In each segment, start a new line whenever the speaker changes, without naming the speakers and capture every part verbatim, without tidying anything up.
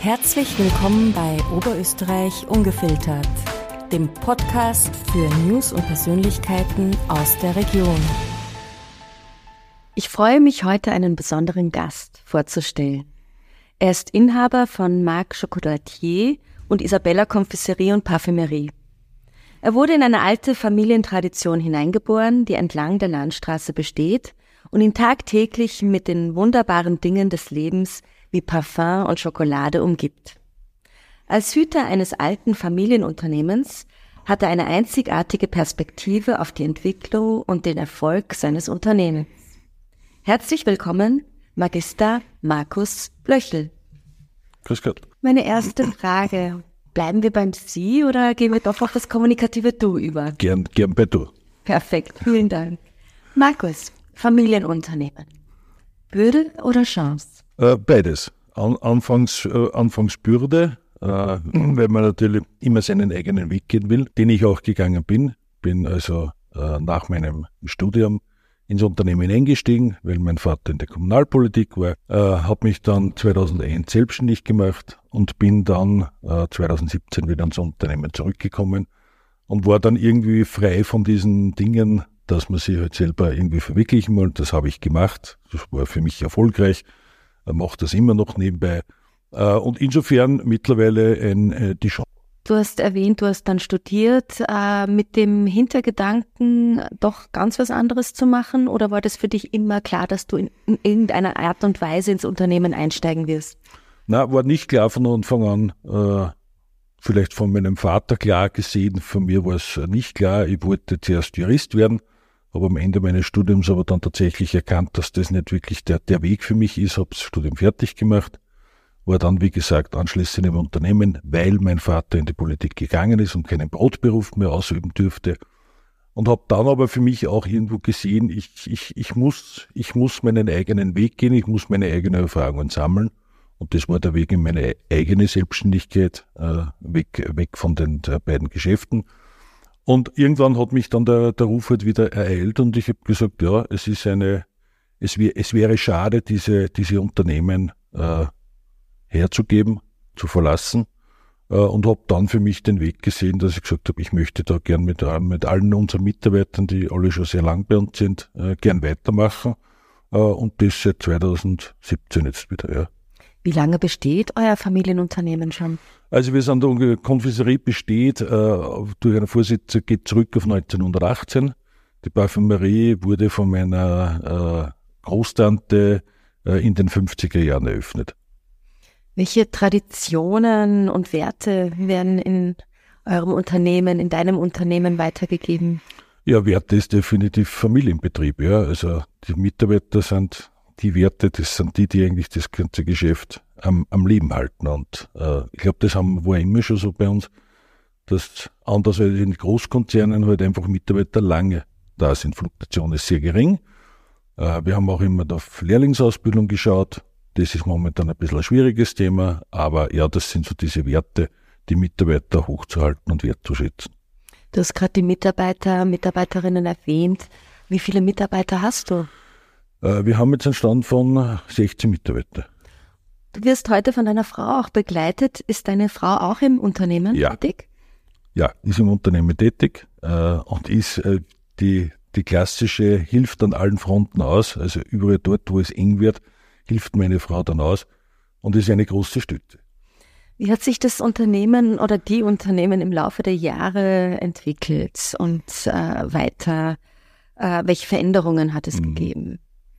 Herzlich willkommen bei Oberösterreich Ungefiltert, dem Podcast für News und Persönlichkeiten aus der Region. Ich freue mich, heute einen besonderen Gast vorzustellen. Er ist Inhaber von Marc Chocolatier und Isabella Confiserie und Parfümerie. Er wurde in eine alte Familientradition hineingeboren, die entlang der Landstraße besteht und ihn tagtäglich mit den wunderbaren Dingen des Lebens wie Parfum und Schokolade umgibt. Als Hüter eines alten Familienunternehmens hat er eine einzigartige Perspektive auf die Entwicklung und den Erfolg seines Unternehmens. Herzlich willkommen, Magister Markus Blöchel.
Grüß Gott.
Meine erste Frage, bleiben wir beim Sie oder gehen wir doch auf das kommunikative Du über?
Gern, gern bei Du.
Perfekt, vielen Dank. Markus, Familienunternehmen. Bürde oder Chance?
Äh, beides. An, anfangs, äh, anfangs Bürde, äh, weil man natürlich immer seinen eigenen Weg gehen will, den ich auch gegangen bin. Bin also äh, nach meinem Studium ins Unternehmen eingestiegen, weil mein Vater in der Kommunalpolitik war, äh, habe mich dann zweitausendeins selbstständig gemacht und bin dann äh, zweitausendsiebzehn wieder ins Unternehmen zurückgekommen und war dann irgendwie frei von diesen Dingen, dass man sich halt selber irgendwie verwirklichen will. Das habe ich gemacht. Das war für mich erfolgreich. Ich mache das immer noch nebenbei. Und insofern mittlerweile ein, die Chance.
Du hast erwähnt, du hast dann studiert, äh, mit dem Hintergedanken, doch ganz was anderes zu machen? Oder war das für dich immer klar, dass du in, in irgendeiner Art und Weise ins Unternehmen einsteigen wirst?
Na, war nicht klar von Anfang an. Äh, vielleicht von meinem Vater klar gesehen. Von mir war es nicht klar. Ich wollte zuerst Jurist werden. Habe am Ende meines Studiums aber dann tatsächlich erkannt, dass das nicht wirklich der, der Weg für mich ist. Habe das Studium fertig gemacht, war dann, wie gesagt, anschließend im Unternehmen, weil mein Vater in die Politik gegangen ist und keinen Brotberuf mehr ausüben dürfte. Und habe dann aber für mich auch irgendwo gesehen, ich, ich, ich, muss, ich muss meinen eigenen Weg gehen, ich muss meine eigenen Erfahrungen sammeln. Und das war der Weg in meine eigene Selbstständigkeit, äh, weg, weg von den beiden Geschäften. Und irgendwann hat mich dann der, der Ruf halt wieder ereilt und ich habe gesagt, ja, es ist eine, es, wär, es wäre schade, diese, diese Unternehmen äh, herzugeben, zu verlassen äh, und habe dann für mich den Weg gesehen, dass ich gesagt habe, ich möchte da gern mit, mit allen unseren Mitarbeitern, die alle schon sehr lang bei uns sind, äh, gern weitermachen äh, und das seit zweitausendsiebzehn jetzt wieder, ja.
Wie lange besteht euer Familienunternehmen schon?
Also wir sind, die Confiserie besteht, äh, durch einen Vorsitz geht zurück auf neunzehnhundertachtzehn. Die Parfümerie wurde von meiner äh, Großtante äh, in den fünfziger Jahren eröffnet.
Welche Traditionen und Werte werden in eurem Unternehmen, in deinem Unternehmen weitergegeben?
Ja, Werte ist definitiv Familienbetrieb. Ja. Also die Mitarbeiter sind die Werte, das sind die, die eigentlich das ganze Geschäft am, am Leben halten. Und äh, ich glaube, das haben, war immer schon so bei uns, dass anders als in Großkonzernen halt einfach Mitarbeiter lange da sind. Fluktuation ist sehr gering. Äh, wir haben auch immer auf Lehrlingsausbildung geschaut. Das ist momentan ein bisschen ein schwieriges Thema, aber ja, das sind so diese Werte, die Mitarbeiter hochzuhalten und wertzuschätzen.
Du hast gerade die Mitarbeiter, Mitarbeiterinnen erwähnt. Wie viele Mitarbeiter hast du?
Wir haben jetzt einen Stand von sechzehn Mitarbeitern.
Du wirst heute von deiner Frau auch begleitet. Ist deine Frau auch im Unternehmen
ja.
tätig?
Ja, ist im Unternehmen tätig äh, und ist äh, die, die klassische, hilft an allen Fronten aus. Also überall dort, wo es eng wird, hilft meine Frau dann aus und ist eine große Stütze.
Wie hat sich das Unternehmen oder die Unternehmen im Laufe der Jahre entwickelt und äh, weiter, äh, welche Veränderungen hat es mhm. gegeben?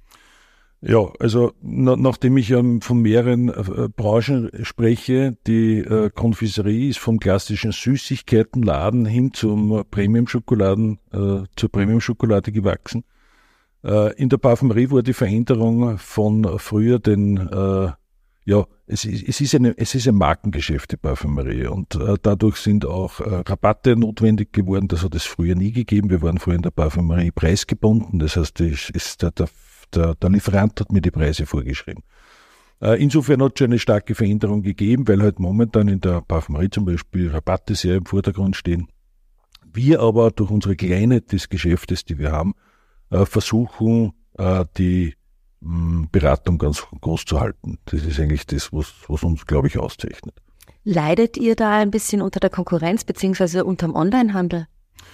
Ja, also na, nachdem ich ähm, von mehreren äh, Branchen spreche, die äh, Confiserie ist vom klassischen Süßigkeitenladen hin zum äh, Premium-Schokoladen, äh, zur Premium-Schokolade gewachsen. Äh, in der Parfümerie war die Veränderung von früher den, äh, ja, es, es, ist eine, es ist ein Markengeschäft, die Parfümerie, und äh, dadurch sind auch äh, Rabatte notwendig geworden. Das hat es früher nie gegeben. Wir waren früher in der Parfümerie preisgebunden, das heißt, es ist der, der Der, der Lieferant hat mir die Preise vorgeschrieben. Äh, insofern hat es schon eine starke Veränderung gegeben, weil halt momentan in der Parfümerie zum Beispiel Rabatte sehr im Vordergrund stehen. Wir aber durch unsere Kleinheit des Geschäftes, die wir haben, äh, versuchen, äh, die Beratung ganz groß zu halten. Das ist eigentlich das, was, was uns, glaube ich, auszeichnet.
Leidet ihr da ein bisschen unter der Konkurrenz beziehungsweise unterm Onlinehandel?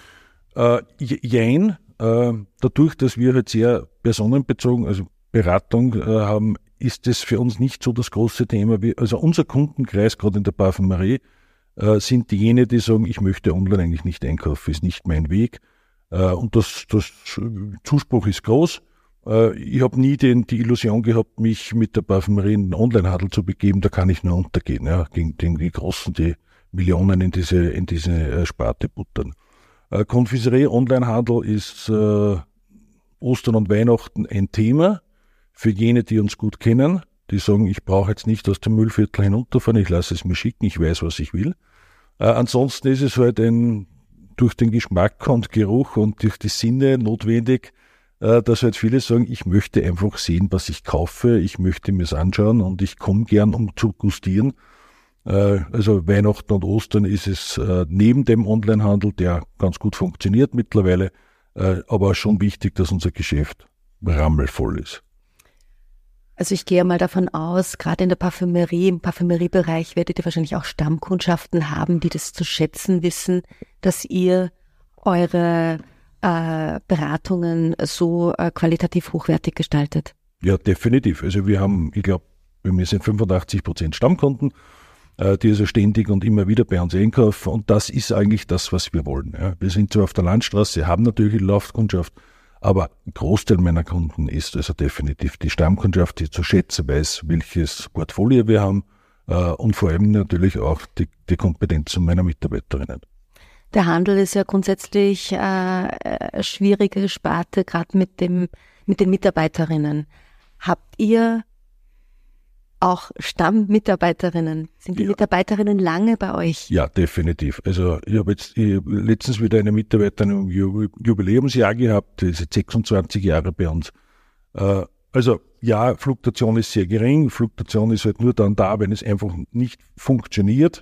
Äh, jein, äh, dadurch, dass wir halt sehr personenbezogen, also Beratung äh, haben, ist das für uns nicht so das große Thema. Wie, also unser Kundenkreis, gerade in der Parfümerie, äh, sind diejenigen, die sagen, ich möchte online eigentlich nicht einkaufen, ist nicht mein Weg. Äh, und das, das Zuspruch ist groß. Äh, ich habe nie den, die Illusion gehabt, mich mit der Parfümerie in den Onlinehandel zu begeben, da kann ich nur untergehen, ja, gegen, gegen die Großen, die Millionen in diese, in diese äh, Sparte buttern. Äh, Konfiserie, Onlinehandel ist äh, Ostern und Weihnachten ein Thema. Für jene, die uns gut kennen, die sagen, ich brauche jetzt nicht aus dem Müllviertel hinunterfahren, ich lasse es mir schicken, ich weiß, was ich will. Äh, ansonsten ist es halt ein, durch den Geschmack und Geruch und durch die Sinne notwendig, äh, dass halt viele sagen, ich möchte einfach sehen, was ich kaufe, ich möchte mir es anschauen und ich komme gern, um zu gustieren. Äh, also Weihnachten und Ostern ist es äh, neben dem Onlinehandel, der ganz gut funktioniert mittlerweile, äh, aber schon wichtig, dass unser Geschäft rammelvoll ist.
Also ich gehe mal davon aus, gerade in der Parfümerie, im Parfümeriebereich werdet ihr wahrscheinlich auch Stammkundschaften haben, die das zu schätzen wissen, dass ihr eure äh, Beratungen so äh, qualitativ hochwertig gestaltet.
Ja, definitiv. Also wir haben, ich glaube, wir sind fünfundachtzig Prozent Stammkunden, äh, die also ständig und immer wieder bei uns einkaufen und das ist eigentlich das, was wir wollen. Ja. Wir sind zwar auf der Landstraße, haben natürlich eine Laufkundschaft, aber ein Großteil meiner Kunden ist also definitiv die Stammkundschaft, die zu schätzen weiß, welches Portfolio wir haben äh, und vor allem natürlich auch die, die Kompetenzen meiner Mitarbeiterinnen.
Der Handel ist ja grundsätzlich äh, eine schwierige Sparte, gerade mit dem mit den Mitarbeiterinnen. Habt ihr auch Stammmitarbeiterinnen? Sind die ja. Mitarbeiterinnen lange bei euch?
Ja, definitiv. Also ich habe jetzt ich hab letztens wieder eine Mitarbeiterin im Jubiläumsjahr gehabt, die ist jetzt sechsundzwanzig Jahre bei uns. Äh, also ja, Fluktuation ist sehr gering. Fluktuation ist halt nur dann da, wenn es einfach nicht funktioniert.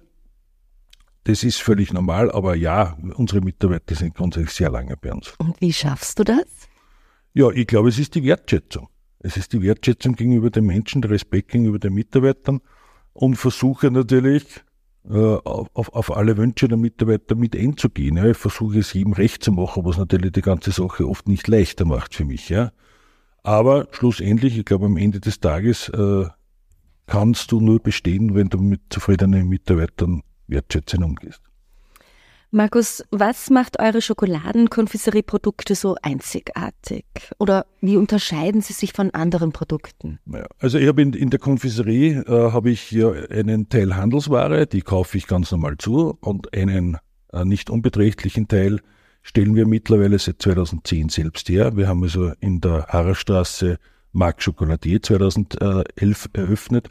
Das ist völlig normal, aber ja, unsere Mitarbeiter sind grundsätzlich sehr lange bei uns.
Und wie schaffst du das? Ja,
ich glaube, es ist die Wertschätzung. Es ist die Wertschätzung gegenüber den Menschen, der Respekt gegenüber den Mitarbeitern und versuche natürlich äh, auf, auf alle Wünsche der Mitarbeiter mit einzugehen. Ja. Ich versuche es jedem recht zu machen, was natürlich die ganze Sache oft nicht leichter macht für mich. Ja. Aber schlussendlich, ich glaube, am Ende des Tages äh, kannst du nur bestehen, wenn du mit zufriedenen Mitarbeitern wertschätzend umgehst.
Markus, was macht eure Schokoladen-Konfiserie-Produkte so einzigartig? Oder wie unterscheiden sie sich von anderen Produkten?
Ja, also ich habe in, in der Konfiserie äh, habe ich ja einen Teil Handelsware, die kaufe ich ganz normal zu und einen äh, nicht unbeträchtlichen Teil stellen wir mittlerweile seit zweitausendzehn selbst her. Wir haben also in der Harrerstraße Marc Chocolatier zweitausendelf eröffnet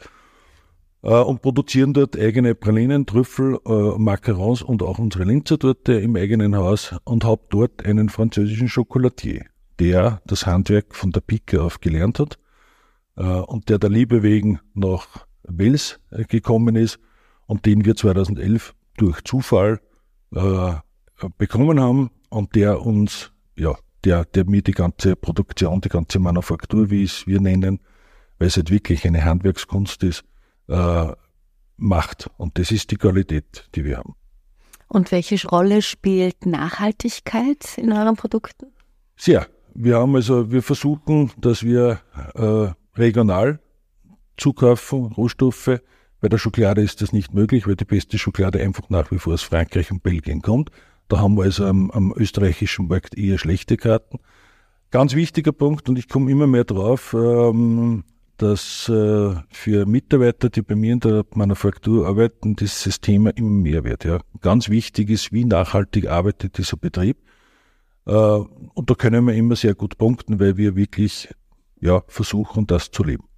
und produzieren dort eigene Pralinen, Trüffel, äh, Macarons und auch unsere Linzertorte im eigenen Haus und habe dort einen französischen Chocolatier, der das Handwerk von der Pike auf gelernt hat äh, und der der Liebe wegen nach Wels äh, gekommen ist und den wir zweitausendelf durch Zufall äh, bekommen haben und der uns, ja, der, der mir die ganze Produktion, die ganze Manufaktur, wie es wir nennen, weil es halt wirklich eine Handwerkskunst ist, Äh, macht. Und das ist die Qualität, die wir haben.
Und welche Rolle spielt Nachhaltigkeit in euren Produkten?
Sehr. Wir haben also, wir versuchen, dass wir äh, regional zukaufen, Rohstoffe. Bei der Schokolade ist das nicht möglich, weil die beste Schokolade einfach nach wie vor aus Frankreich und Belgien kommt. Da haben wir also am, am österreichischen Markt eher schlechte Karten. Ganz wichtiger Punkt, und ich komme immer mehr drauf, ähm, dass äh, für Mitarbeiter, die bei mir in der Manufaktur arbeiten, dieses Thema immer mehr wird. Ja. Ganz wichtig ist, wie nachhaltig arbeitet dieser Betrieb. Äh, und da können wir immer sehr gut punkten, weil wir wirklich ja, versuchen, das zu leben.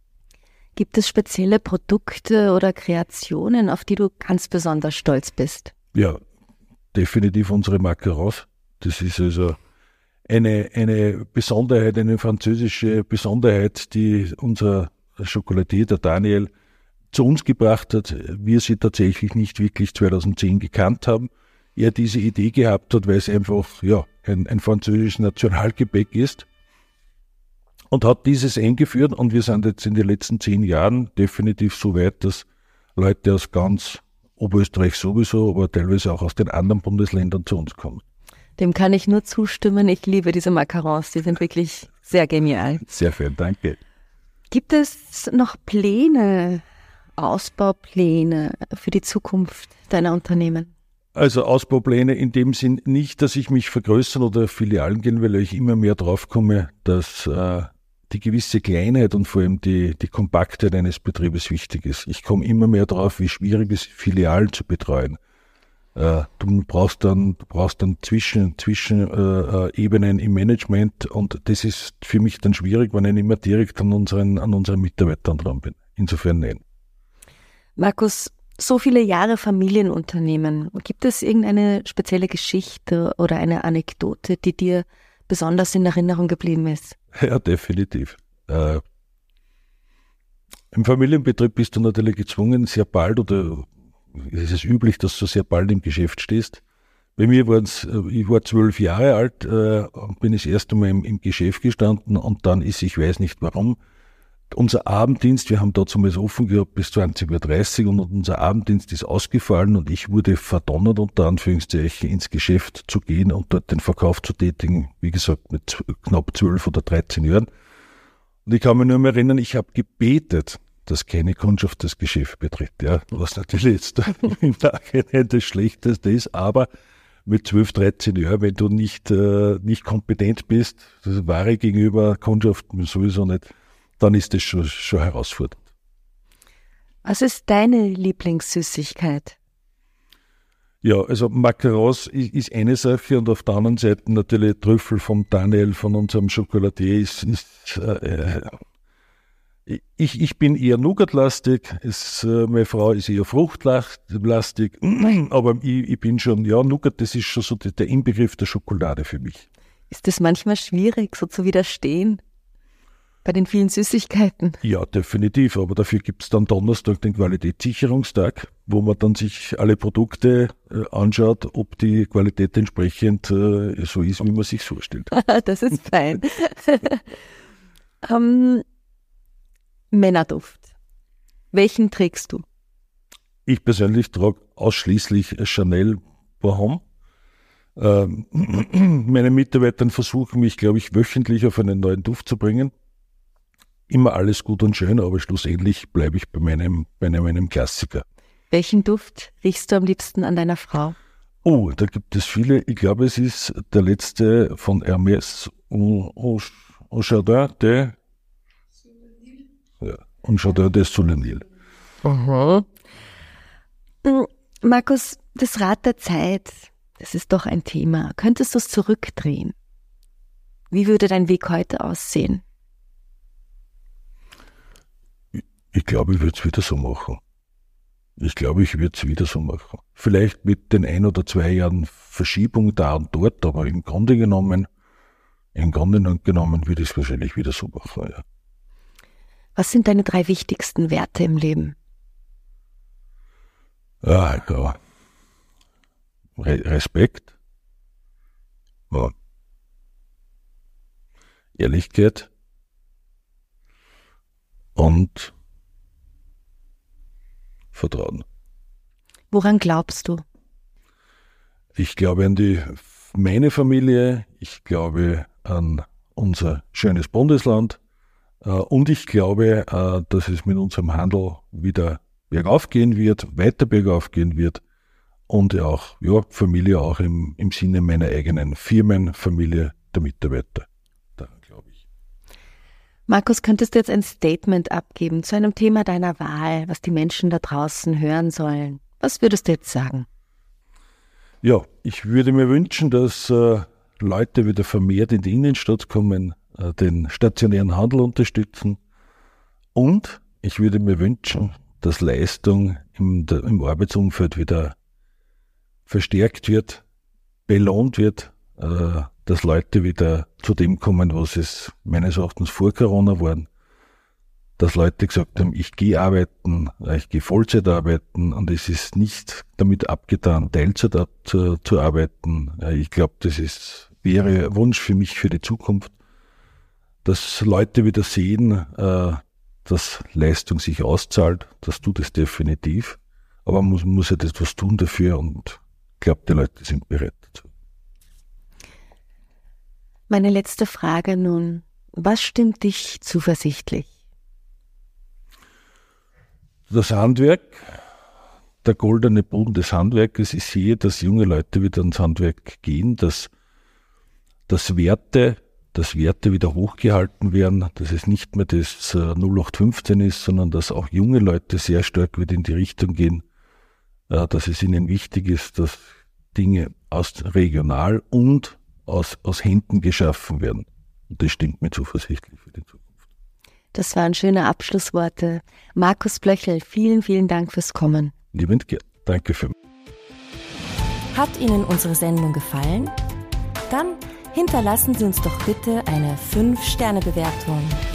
Gibt es spezielle Produkte oder Kreationen, auf die du ganz besonders stolz bist?
Ja, definitiv unsere Macarons. Das ist also Eine, eine Besonderheit, eine französische Besonderheit, die unser Chocolatier, der Daniel, zu uns gebracht hat. Wir sie tatsächlich nicht wirklich zweitausendzehn gekannt haben. Er diese Idee gehabt hat, weil es einfach ja, ein, ein französisches Nationalgebäck ist. und hat dieses eingeführt und wir sind jetzt in den letzten zehn Jahren definitiv so weit, dass Leute aus ganz Oberösterreich sowieso, aber teilweise auch aus den anderen Bundesländern zu uns kommen.
Dem kann ich nur zustimmen. Ich liebe diese Macarons, die sind wirklich sehr genial.
Sehr fein, danke.
Gibt es noch Pläne, Ausbaupläne für die Zukunft deiner Unternehmen?
Also Ausbaupläne in dem Sinn nicht, dass ich mich vergrößern oder Filialen gehen will, weil ich immer mehr drauf komme, dass äh, die gewisse Kleinheit und vor allem die, die Kompaktheit eines Betriebes wichtig ist. Ich komme immer mehr drauf, wie schwierig es ist, Filialen zu betreuen. Äh, du brauchst dann, du brauchst dann Zwischen, Zwischen äh, Ebenen im Management und das ist für mich dann schwierig, wenn ich nicht mehr direkt an unseren, an unseren Mitarbeitern dran bin. Insofern nein.
Markus, so viele Jahre Familienunternehmen. Gibt es irgendeine spezielle Geschichte oder eine Anekdote, die dir besonders in Erinnerung geblieben ist?
Ja, definitiv. Äh, Im Familienbetrieb bist du natürlich gezwungen, sehr bald, oder es ist üblich, dass du sehr bald im Geschäft stehst. Bei mir waren es, ich war zwölf Jahre alt, äh, bin das erste Mal im, im Geschäft gestanden und dann ist, ich weiß nicht warum, unser Abenddienst, wir haben damals offen gehabt bis zwanzig Uhr dreißig und unser Abenddienst ist ausgefallen und ich wurde verdonnert, unter Anführungszeichen, ins Geschäft zu gehen und dort den Verkauf zu tätigen, wie gesagt, mit knapp zwölf oder dreizehn Jahren. Und ich kann mich nur mehr erinnern, ich habe gebetet, dass keine Kundschaft das Geschäft betritt, ja, was natürlich jetzt im Nachhinein das Schlechteste ist, aber mit zwölf, dreizehn Jahren, wenn du nicht, äh, nicht kompetent bist, das Ware gegenüber Kundschaft sowieso nicht, dann ist das schon, schon herausfordernd.
Was ist deine Lieblingssüßigkeit?
Ja, also Macarons ist, ist eine Sache und auf der anderen Seite natürlich Trüffel vom Daniel, von unserem Chocolatier ist, ist äh, ich, ich bin eher Nougat-lastig, es, äh, meine Frau ist eher fruchtlastig, aber ich, ich bin schon, ja, Nougat, das ist schon so der, der Inbegriff der Schokolade für mich.
Ist es manchmal schwierig, so zu widerstehen? Bei den vielen Süßigkeiten?
Ja, definitiv. Aber dafür gibt es dann Donnerstag den Qualitätssicherungstag, wo man dann sich alle Produkte äh, anschaut, ob die Qualität entsprechend äh, so ist, wie man sich vorstellt.
Das ist fein. um, Männerduft. Welchen trägst du?
Ich persönlich trage ausschließlich Chanel Pour Homme. Ähm, meine Mitarbeiter versuchen mich, glaube ich, wöchentlich auf einen neuen Duft zu bringen. Immer alles gut und schön, aber schlussendlich bleibe ich bei meinem, bei meinem Klassiker.
Welchen Duft riechst du am liebsten an deiner Frau?
Oh, da gibt es viele. Ich glaube, es ist der letzte von Hermès, Au Jardin de ja, Jardin de Soulenil.
Mhm. Markus, das Rad der Zeit, das ist doch ein Thema. Könntest du es zurückdrehen? Wie würde dein Weg heute aussehen?
Ich glaube, ich würde es wieder so machen. Ich glaube, ich würde es wieder so machen. Vielleicht mit den ein oder zwei Jahren Verschiebung da und dort, aber im Grunde genommen, im Grunde genommen würde ich es wahrscheinlich wieder so machen, ja.
Was sind deine drei wichtigsten Werte im Leben?
Ja, ja. Re- Respekt. Ja. Ehrlichkeit. Und Vertrauen.
Woran glaubst du?
Ich glaube an die, meine Familie, ich glaube an unser schönes Bundesland äh, und ich glaube, äh, dass es mit unserem Handel wieder bergauf gehen wird, weiter bergauf gehen wird und auch, ja, Familie auch im, im Sinne meiner eigenen Firmen, Familie der Mitarbeiter. Daran glaube ich.
Markus, könntest du jetzt ein Statement abgeben zu einem Thema deiner Wahl, was die Menschen da draußen hören sollen? Was würdest du jetzt sagen?
Ja, ich würde mir wünschen, dass äh, Leute wieder vermehrt in die Innenstadt kommen, äh, den stationären Handel unterstützen und ich würde mir wünschen, dass Leistung im, der, im Arbeitsumfeld wieder verstärkt wird, belohnt wird, äh, dass Leute wieder zu dem kommen, was es meines Erachtens vor Corona waren, dass Leute gesagt haben, ich gehe arbeiten, ich gehe Vollzeit arbeiten und es ist nicht damit abgetan, Teilzeit zu, zu arbeiten. Ich glaube, das ist, wäre ein Wunsch für mich für die Zukunft, dass Leute wieder sehen, äh, dass Leistung sich auszahlt. Das tut es definitiv. Aber man muss, muss halt etwas tun dafür und ich glaube, die Leute sind bereit dazu.
Meine letzte Frage nun. Was stimmt dich zuversichtlich?
Das Handwerk, der goldene Boden des Handwerkes. Ich sehe, dass junge Leute wieder ins Handwerk gehen, dass, dass Werte, dass Werte wieder hochgehalten werden, dass es nicht mehr das null acht fünfzehn ist, sondern dass auch junge Leute sehr stark wieder in die Richtung gehen, dass es ihnen wichtig ist, dass Dinge aus regional und aus, aus Händen geschaffen werden. Und das stimmt mir zuversichtlich für die Zukunft.
Das waren schöne Abschlussworte. Markus Blöchel, vielen, vielen Dank fürs Kommen.
Liebend gern. Danke für mich.
Hat Ihnen unsere Sendung gefallen? Dann hinterlassen Sie uns doch bitte eine fünf Sterne Bewertung